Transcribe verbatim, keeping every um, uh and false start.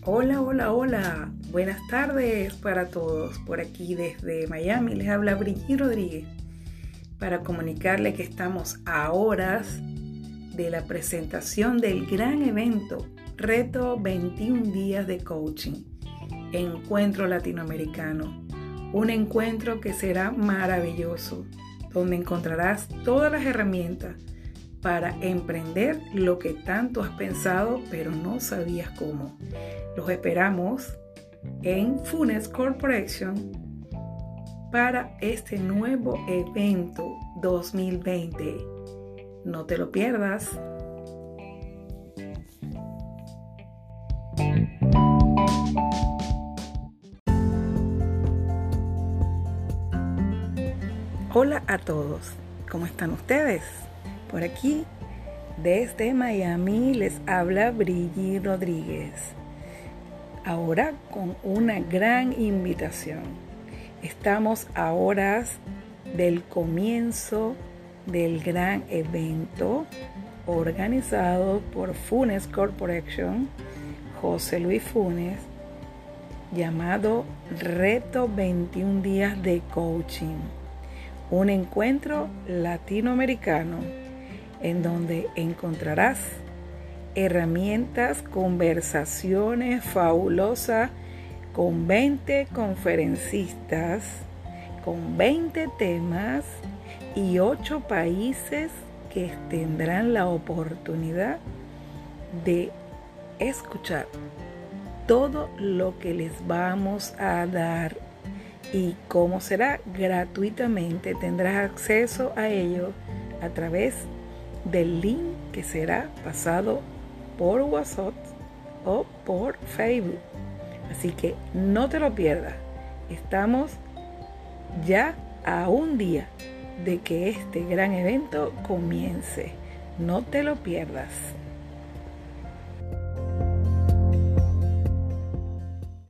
Hola, hola, hola. Buenas tardes para todos. Por aquí desde Miami les habla Brigitte Rodríguez para comunicarle que estamos a horas de la presentación del gran evento Reto veintiún días de coaching, Encuentro Latinoamericano. Un encuentro que será maravilloso, donde encontrarás todas las herramientas para emprender lo que tanto has pensado pero no sabías cómo. Los esperamos en Funes Corporation para este nuevo evento dos mil veinte. No te lo pierdas. Hola a todos, ¿cómo están ustedes? Por aquí, desde Miami, les habla Brigitte Rodríguez. Ahora con una gran invitación. Estamos a horas del comienzo del gran evento organizado por Funes Corporation, José Luis Funes, llamado Reto veintiún días de coaching. Un encuentro latinoamericano en donde encontrarás herramientas, conversaciones fabulosas con veinte conferencistas, con veinte temas y ocho países que tendrán la oportunidad de escuchar todo lo que les vamos a dar. Y como será gratuitamente, tendrás acceso a ello a través del link que será pasado por WhatsApp o por Facebook. Así que no te lo pierdas. Estamos ya a un día de que este gran evento comience. No te lo pierdas.